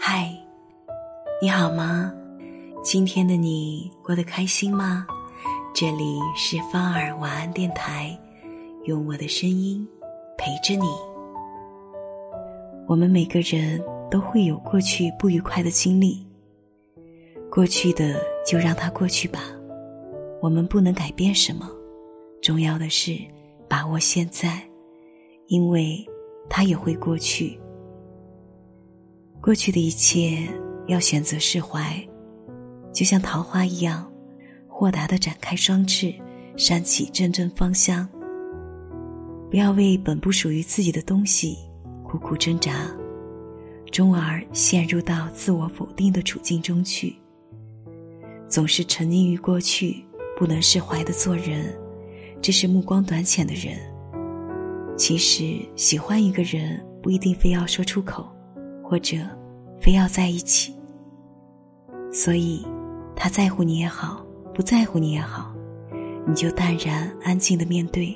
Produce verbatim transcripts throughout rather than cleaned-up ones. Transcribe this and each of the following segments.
嗨，你好吗？今天的你过得开心吗？这里是芳儿晚安电台，用我的声音陪着你。我们每个人都会有过去不愉快的经历，过去的就让它过去吧，我们不能改变什么，重要的是把握现在，因为它也会过去。过去的一切要选择释怀，就像桃花一样，豁达地展开双翅，扇起阵阵芳香。不要为本不属于自己的东西苦苦挣扎，终而陷入到自我否定的处境中去。总是沉溺于过去，不能释怀地做人，这是目光短浅的人。其实喜欢一个人不一定非要说出口，或者非要在一起，所以他在乎你也好，不在乎你也好，你就淡然安静地面对。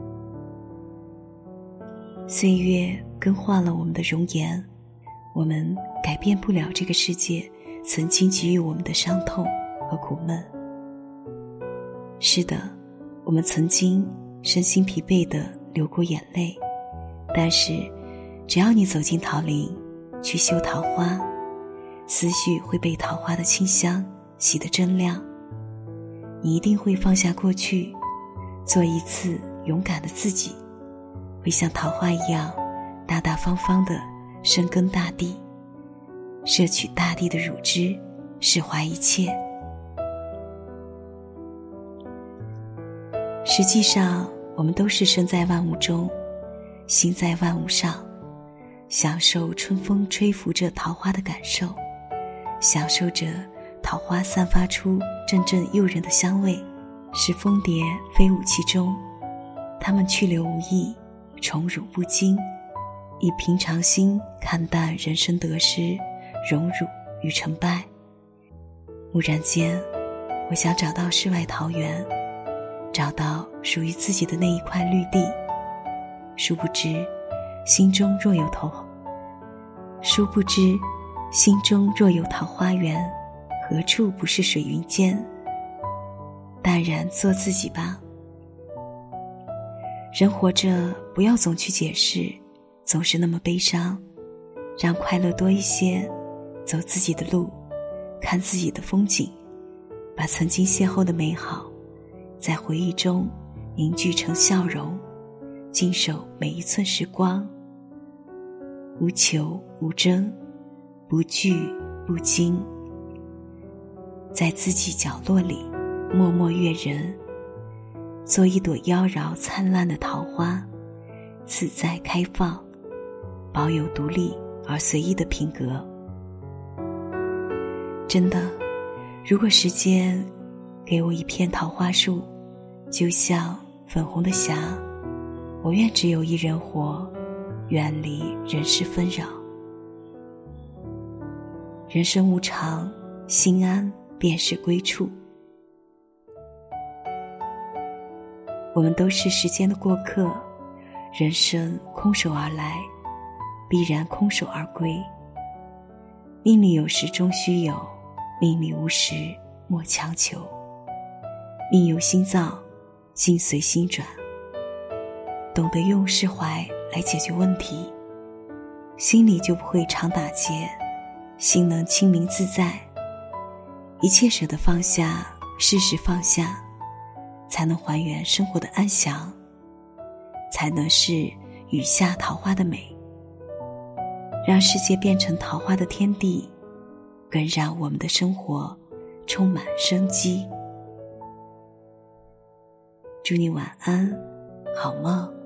岁月更换了我们的容颜，我们改变不了这个世界曾经给予我们的伤痛和苦闷。是的，我们曾经身心疲惫地流过眼泪，但是只要你走进桃林去嗅桃花，思绪会被桃花的清香洗得真亮。你一定会放下过去，做一次勇敢的自己，会像桃花一样大大方方地深耕大地，摄取大地的乳汁，释怀一切。实际上我们都是身在万物中，心在万物上，享受春风吹拂着桃花的感受，享受着桃花散发出阵阵诱人的香味，使蜂蝶飞舞其中，它们去留无意，宠辱不惊，以平常心看淡人生得失、荣辱与成败。蓦然间，我想找到世外桃源，找到属于自己的那一块绿地。殊不知心中若有桃殊不知心中若有桃花源，何处不是水云间。淡然做自己吧。人活着不要总去解释，总是那么悲伤，让快乐多一些，走自己的路，看自己的风景，把曾经邂逅的美好在回忆中凝聚成笑容，静守每一寸时光，无求无争，不惧不惊，在自己角落里默默悦人，做一朵妖娆灿烂的桃花，自在开放，保有独立而随意的品格。真的，如果时间给我一片桃花树，就像粉红的霞，我愿只有一人活，远离人世纷扰。人生无常，心安便是归处。我们都是时间的过客，人生空手而来，必然空手而归。命里有时终须有，命里无时莫强求。命由心造，境随心转。懂得用释怀来解决问题，心里就不会常打结，心能清明自在。一切舍得放下，适时放下，才能还原生活的安详，才能是雨下桃花的美，让世界变成桃花的天地，更让我们的生活充满生机。祝你晚安，好梦。